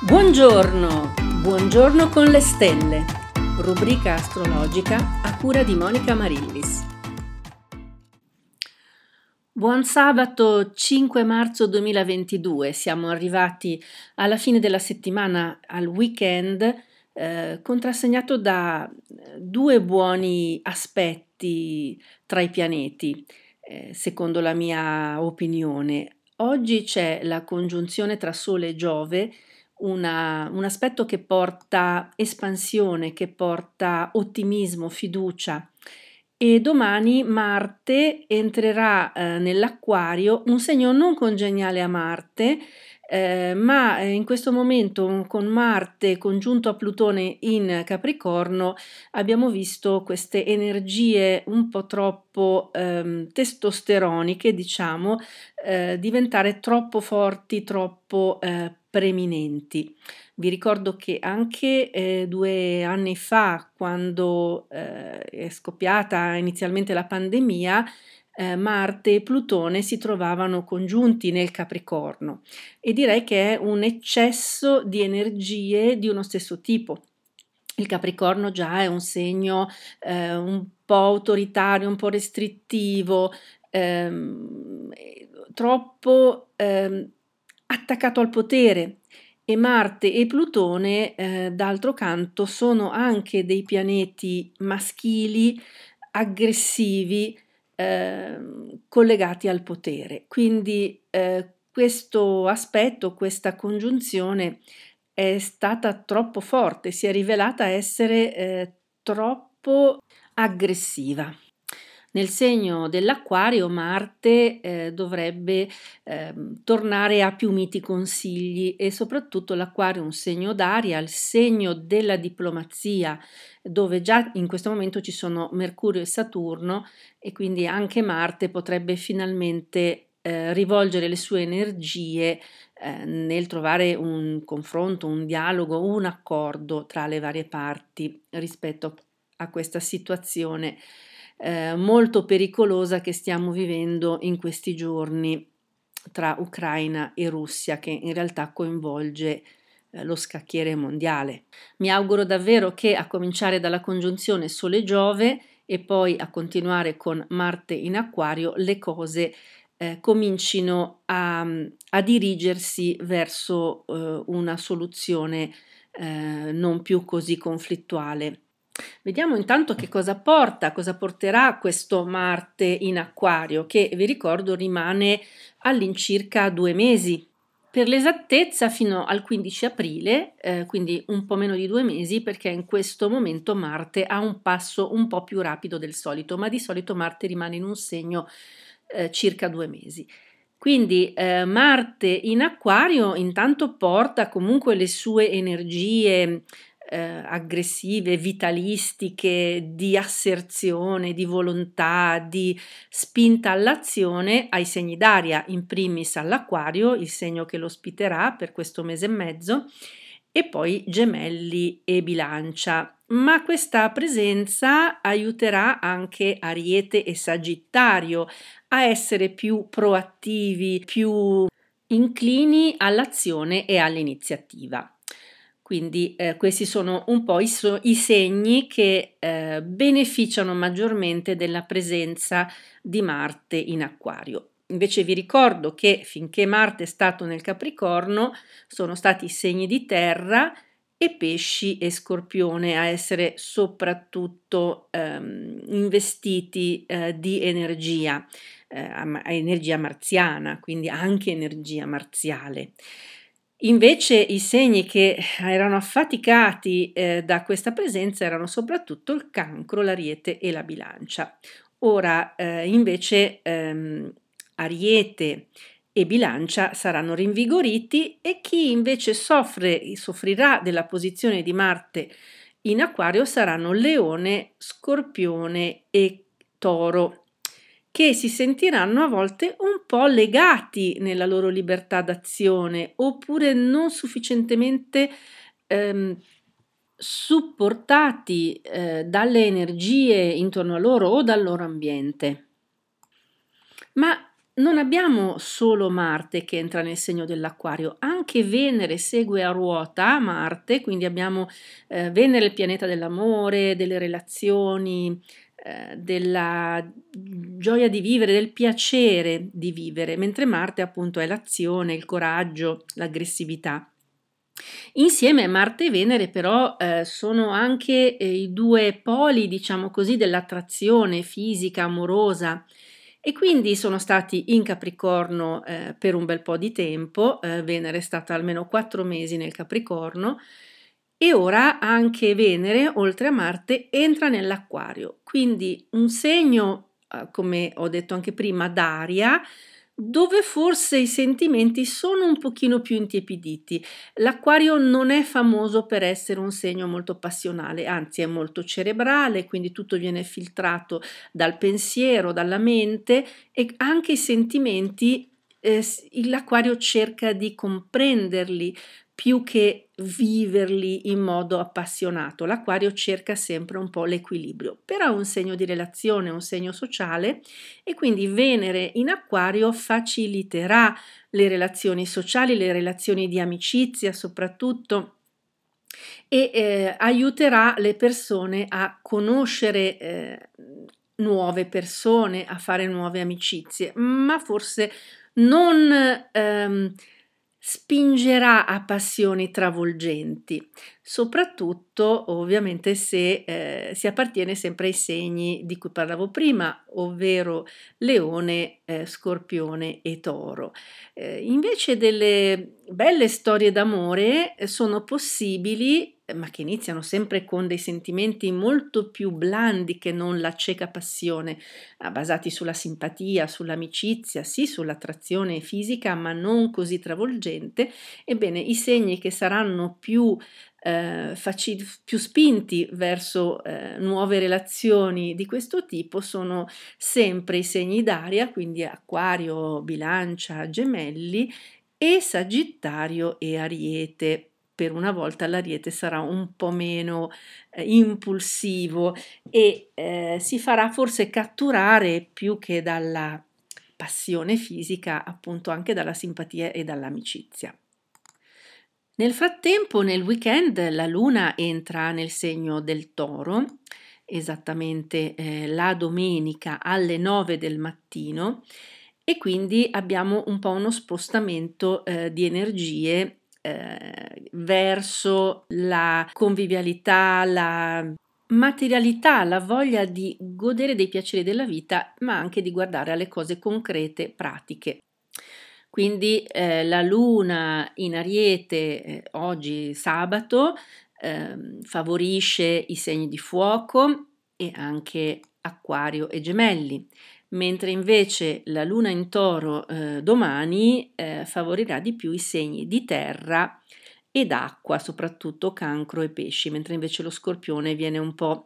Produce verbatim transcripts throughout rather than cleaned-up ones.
Buongiorno, buongiorno con le stelle, rubrica astrologica a cura di Monica Marillis. Buon sabato cinque marzo duemilaventidue, siamo arrivati alla fine della settimana, al weekend, eh, contrassegnato da due buoni aspetti tra i pianeti, eh, secondo la mia opinione. Oggi c'è la congiunzione tra Sole e Giove, una, un aspetto che porta espansione, che porta ottimismo, fiducia. E domani Marte entrerà eh, nell'Acquario, un segno non congeniale a Marte, eh, ma eh, in questo momento con Marte congiunto a Plutone in Capricorno abbiamo visto queste energie un po' troppo ehm, testosteroniche, diciamo, eh, diventare troppo forti, troppo eh, preminenti. Vi ricordo che anche eh, due anni fa, quando eh, è scoppiata inizialmente la pandemia, eh, Marte e Plutone si trovavano congiunti nel Capricorno e direi che è un eccesso di energie di uno stesso tipo. Il Capricorno già è un segno eh, un po' autoritario, un po' restrittivo, ehm, troppo ehm, attaccato al potere. E Marte e Plutone, eh, d'altro canto, sono anche dei pianeti maschili, aggressivi, ehm, collegati al potere. Quindi eh, questo aspetto, questa congiunzione è stata troppo forte, si è rivelata essere eh, troppo aggressiva. Nel segno dell'Acquario Marte eh, dovrebbe eh, tornare a più miti consigli e soprattutto l'Acquario è un segno d'aria, il segno della diplomazia, dove già in questo momento ci sono Mercurio e Saturno e quindi anche Marte potrebbe finalmente eh, rivolgere le sue energie eh, nel trovare un confronto, un dialogo, un accordo tra le varie parti rispetto a questa situazione eh, molto pericolosa che stiamo vivendo in questi giorni tra Ucraina e Russia, che in realtà coinvolge eh, lo scacchiere mondiale. Mi auguro davvero che a cominciare dalla congiunzione Sole-Giove e poi a continuare con Marte in Acquario le cose eh, comincino a, a dirigersi verso eh, una soluzione eh, non più così conflittuale. Vediamo intanto che cosa porta, cosa porterà questo Marte in Acquario, che vi ricordo rimane all'incirca due mesi. Per l'esattezza fino al quindici aprile, eh, quindi un po' meno di due mesi, perché in questo momento Marte ha un passo un po' più rapido del solito, ma di solito Marte rimane in un segno eh, circa due mesi. Quindi eh, Marte in Acquario intanto porta comunque le sue energie eh, aggressive, vitalistiche, di asserzione, di volontà, di spinta all'azione ai segni d'aria, in primis all'Acquario, il segno che lo ospiterà per questo mese e mezzo, e poi Gemelli e Bilancia. Ma questa presenza aiuterà anche Ariete e Sagittario a essere più proattivi, più inclini all'azione e all'iniziativa. Quindi eh, questi sono un po' i, so- i segni che eh, beneficiano maggiormente della presenza di Marte in Acquario. Invece vi ricordo che finché Marte è stato nel Capricorno sono stati i segni di terra e pesci e scorpione a essere soprattutto ehm, investiti eh, di energia, eh, energia marziana, quindi anche energia marziale. Invece i segni che erano affaticati eh, da questa presenza erano soprattutto il Cancro, l'Ariete e la Bilancia. Ora eh, invece ehm, Ariete e Bilancia saranno rinvigoriti e chi invece soffre, soffrirà della posizione di Marte in Acquario saranno Leone, Scorpione e Toro, che si sentiranno a volte un po' legati nella loro libertà d'azione oppure non sufficientemente ehm, supportati eh, dalle energie intorno a loro o dal loro ambiente. Ma non abbiamo solo Marte che entra nel segno dell'Acquario, anche Venere segue a ruota Marte, quindi abbiamo eh, Venere il pianeta dell'amore, delle relazioni, eh, della gioia di vivere, del piacere di vivere, mentre Marte appunto è l'azione, il coraggio, l'aggressività. Insieme Marte e Venere però eh, sono anche eh, i due poli, diciamo così, dell'attrazione fisica, amorosa, e quindi sono stati in Capricorno eh, per un bel po' di tempo. eh, Venere è stata almeno quattro mesi nel Capricorno e ora anche Venere, oltre a Marte, entra nell'Acquario, quindi un segno, eh, come ho detto anche prima, d'aria, dove forse i sentimenti sono un pochino più intiepiditi. L'Acquario non è famoso per essere un segno molto passionale, anzi è molto cerebrale, quindi tutto viene filtrato dal pensiero, dalla mente, e anche i sentimenti eh, l'Acquario cerca di comprenderli più che viverli in modo appassionato. L'Acquario cerca sempre un po' l'equilibrio, però è un segno di relazione, un segno sociale, e quindi Venere in Acquario faciliterà le relazioni sociali, le relazioni di amicizia soprattutto, e eh, aiuterà le persone a conoscere eh, nuove persone, a fare nuove amicizie, ma forse non ehm, spingerà a passioni travolgenti, soprattutto ovviamente se eh, si appartiene sempre ai segni di cui parlavo prima, ovvero Leone, eh, Scorpione e Toro. Eh, invece delle belle storie d'amore eh, sono possibili, eh, ma che iniziano sempre con dei sentimenti molto più blandi che non la cieca passione, ah, basati sulla simpatia, sull'amicizia, sì, sull'attrazione fisica, ma non così travolgente. Ebbene, i segni che saranno più eh, faci- più spinti verso eh, nuove relazioni di questo tipo sono sempre i segni d'aria, quindi Acquario, Bilancia, Gemelli, e Sagittario e Ariete. Per una volta l'Ariete sarà un po' meno eh, impulsivo e eh, si farà forse catturare più che dalla passione fisica, appunto anche dalla simpatia e dall'amicizia. Nel frattempo, nel weekend, la Luna entra nel segno del Toro, esattamente eh, la domenica alle nove del mattino, e quindi abbiamo un po' uno spostamento eh, di energie eh, verso la convivialità, la materialità, la voglia di godere dei piaceri della vita, ma anche di guardare alle cose concrete, pratiche. Quindi eh, la luna in Ariete eh, oggi sabato ehm, favorisce i segni di fuoco e anche Acquario e Gemelli, mentre invece la luna in Toro eh, domani eh, favorirà di più i segni di terra ed acqua, soprattutto Cancro e Pesci, mentre invece lo Scorpione viene un po'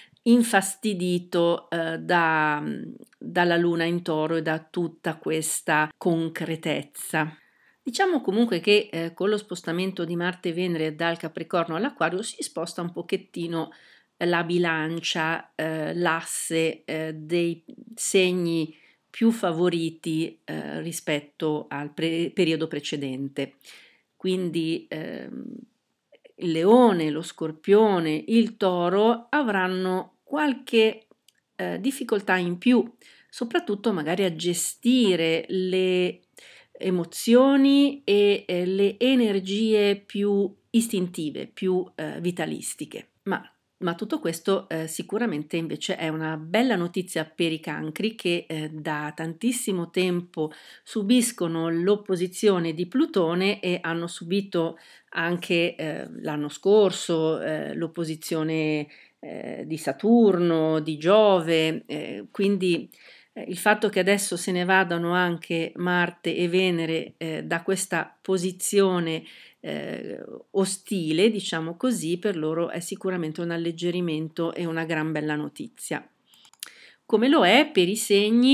infastidito eh, da, dalla luna in Toro e da tutta questa concretezza. Diciamo comunque che eh, con lo spostamento di Marte e Venere dal Capricorno all'Acquario si sposta un pochettino la bilancia, eh, l'asse eh, dei segni più favoriti eh, rispetto al pre- periodo precedente. Quindi ehm, il leone, lo scorpione, il toro avranno qualche eh, difficoltà in più, soprattutto magari a gestire le emozioni e eh, le energie più istintive, più eh, vitalistiche. Ma ma tutto questo eh, sicuramente invece è una bella notizia per i cancri che eh, da tantissimo tempo subiscono l'opposizione di Plutone e hanno subito anche eh, l'anno scorso eh, l'opposizione eh, di Saturno, di Giove, eh, quindi eh, il fatto che adesso se ne vadano anche Marte e Venere eh, da questa posizione eh, ostile, diciamo così, per loro è sicuramente un alleggerimento e una gran bella notizia. Come lo è per i segni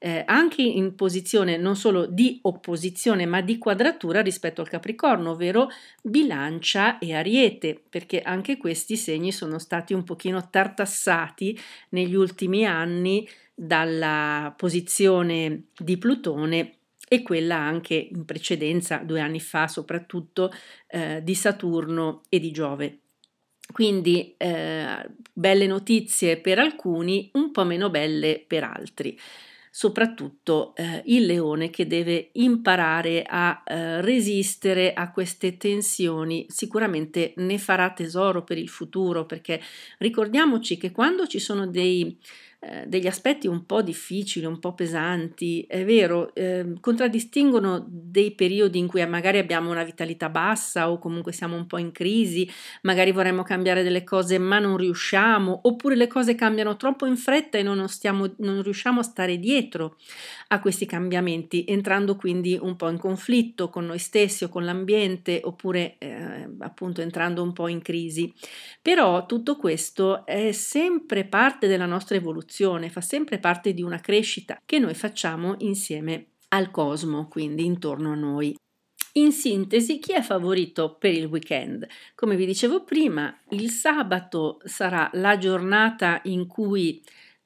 eh, anche in posizione non solo di opposizione ma di quadratura rispetto al Capricorno, ovvero Bilancia e Ariete, perché anche questi segni sono stati un pochino tartassati negli ultimi anni dalla posizione di Plutone e quella anche in precedenza, due anni fa soprattutto, eh, di Saturno e di Giove. Quindi eh, belle notizie per alcuni, un po' meno belle per altri. Soprattutto eh, il leone che deve imparare a eh, resistere a queste tensioni, sicuramente ne farà tesoro per il futuro, perché ricordiamoci che quando ci sono dei eh, degli aspetti un po' difficili, un po' pesanti, è vero, eh, contraddistinguono dei periodi in cui magari abbiamo una vitalità bassa o comunque siamo un po' in crisi, magari vorremmo cambiare delle cose ma non riusciamo, oppure le cose cambiano troppo in fretta e non, stiamo, non riusciamo a stare dietro a questi cambiamenti, entrando quindi un po' in conflitto con noi stessi o con l'ambiente, oppure eh, appunto entrando un po' in crisi. Però tutto questo è sempre parte della nostra evoluzione, fa sempre parte di una crescita che noi facciamo insieme al cosmo, quindi intorno a noi. In sintesi, chi è favorito per il weekend? Come vi dicevo prima, il sabato sarà la giornata in cui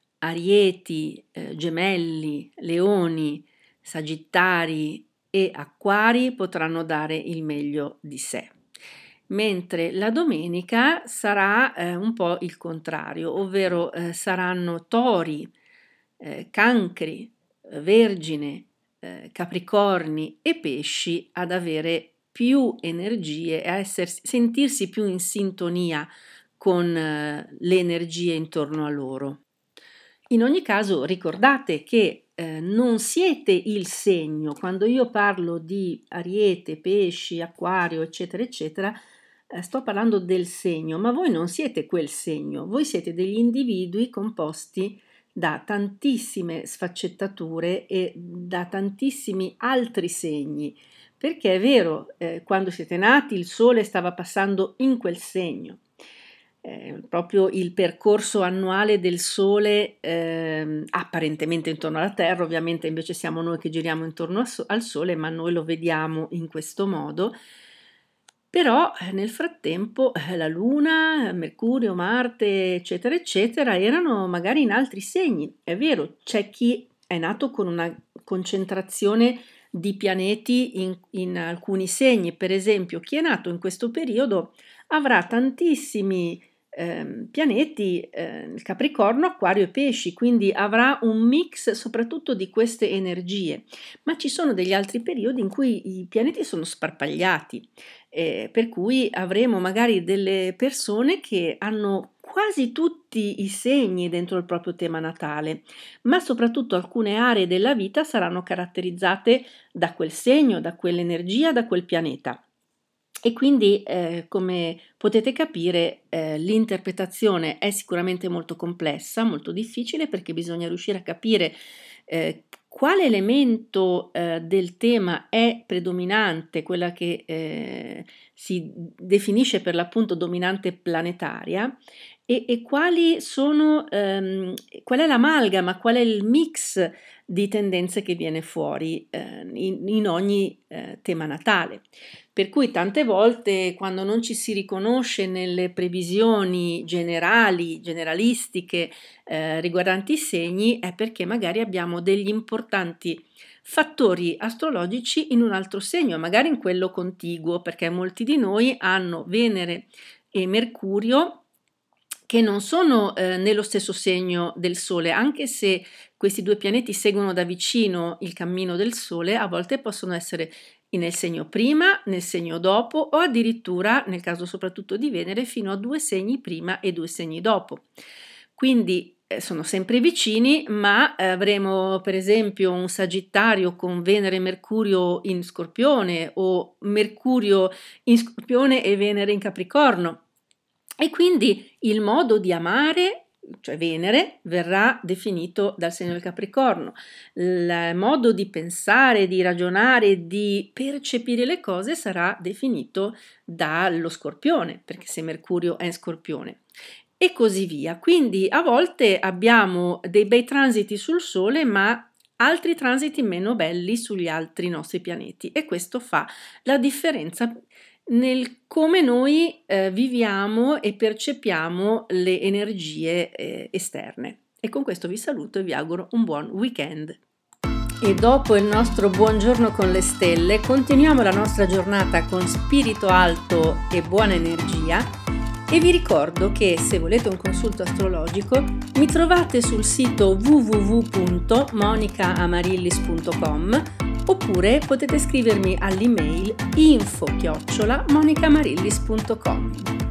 Arieti, eh, Gemelli, Leoni, Sagittari e Acquari potranno dare il meglio di sé. Mentre la domenica sarà eh, un po' il contrario, ovvero eh, saranno Tori, eh, Cancri, eh, Vergine, eh, Capricorni e Pesci ad avere più energie e a essersi, sentirsi più in sintonia con eh, le energie intorno a loro. In ogni caso ricordate che eh, non siete il segno, quando io parlo di Ariete, Pesci, Acquario, eccetera, eccetera, eh, sto parlando del segno, ma voi non siete quel segno, voi siete degli individui composti da tantissime sfaccettature e da tantissimi altri segni, perché è vero, eh, quando siete nati il Sole stava passando in quel segno. Eh, proprio il percorso annuale del Sole eh, apparentemente intorno alla Terra, ovviamente invece siamo noi che giriamo intorno al Sole, ma noi lo vediamo in questo modo. Però eh, nel frattempo eh, la Luna, Mercurio, Marte, eccetera, eccetera, erano magari in altri segni. È vero, c'è chi è nato con una concentrazione di pianeti in, in alcuni segni, per esempio chi è nato in questo periodo avrà tantissimi eh, pianeti, eh, Capricorno, Acquario e Pesci, quindi avrà un mix soprattutto di queste energie, ma ci sono degli altri periodi in cui i pianeti sono sparpagliati, eh, per cui avremo magari delle persone che hanno quasi tutti i segni dentro il proprio tema natale, ma soprattutto alcune aree della vita saranno caratterizzate da quel segno, da quell'energia, da quel pianeta. E quindi, eh, come potete capire, eh, l'interpretazione è sicuramente molto complessa, molto difficile, perché bisogna riuscire a capire eh, quale elemento eh, del tema è predominante, quella che eh, si definisce per l'appunto dominante planetaria, e, e quali sono, ehm, qual è l'amalgama, qual è il mix di tendenze che viene fuori eh, in, in ogni eh, tema natale. Per cui tante volte quando non ci si riconosce nelle previsioni generali, generalistiche eh, riguardanti i segni, è perché magari abbiamo degli importanti fattori astrologici in un altro segno, magari in quello contiguo, perché molti di noi hanno Venere e Mercurio che non sono eh, nello stesso segno del Sole, anche se questi due pianeti seguono da vicino il cammino del Sole, a volte possono essere nel segno prima, nel segno dopo o addirittura, nel caso soprattutto di Venere, fino a due segni prima e due segni dopo. Quindi eh, sono sempre vicini, ma eh, avremo per esempio un Sagittario con Venere e Mercurio in Scorpione o Mercurio in Scorpione e Venere in Capricorno. E quindi il modo di amare, cioè Venere, verrà definito dal segno del Capricorno. Il modo di pensare, di ragionare, di percepire le cose sarà definito dallo Scorpione, perché se Mercurio è in Scorpione. E così via. Quindi a volte abbiamo dei bei transiti sul Sole, ma altri transiti meno belli sugli altri nostri pianeti, e questo fa la differenza nel come noi eh, viviamo e percepiamo le energie eh, esterne. E con questo vi saluto e vi auguro un buon weekend. E dopo il nostro buongiorno con le stelle, continuiamo la nostra giornata con spirito alto e buona energia, e vi ricordo che se volete un consulto astrologico mi trovate sul sito w w w punto monica amarillis punto com oppure potete scrivermi all'email info chiocciola monica amarillis punto com.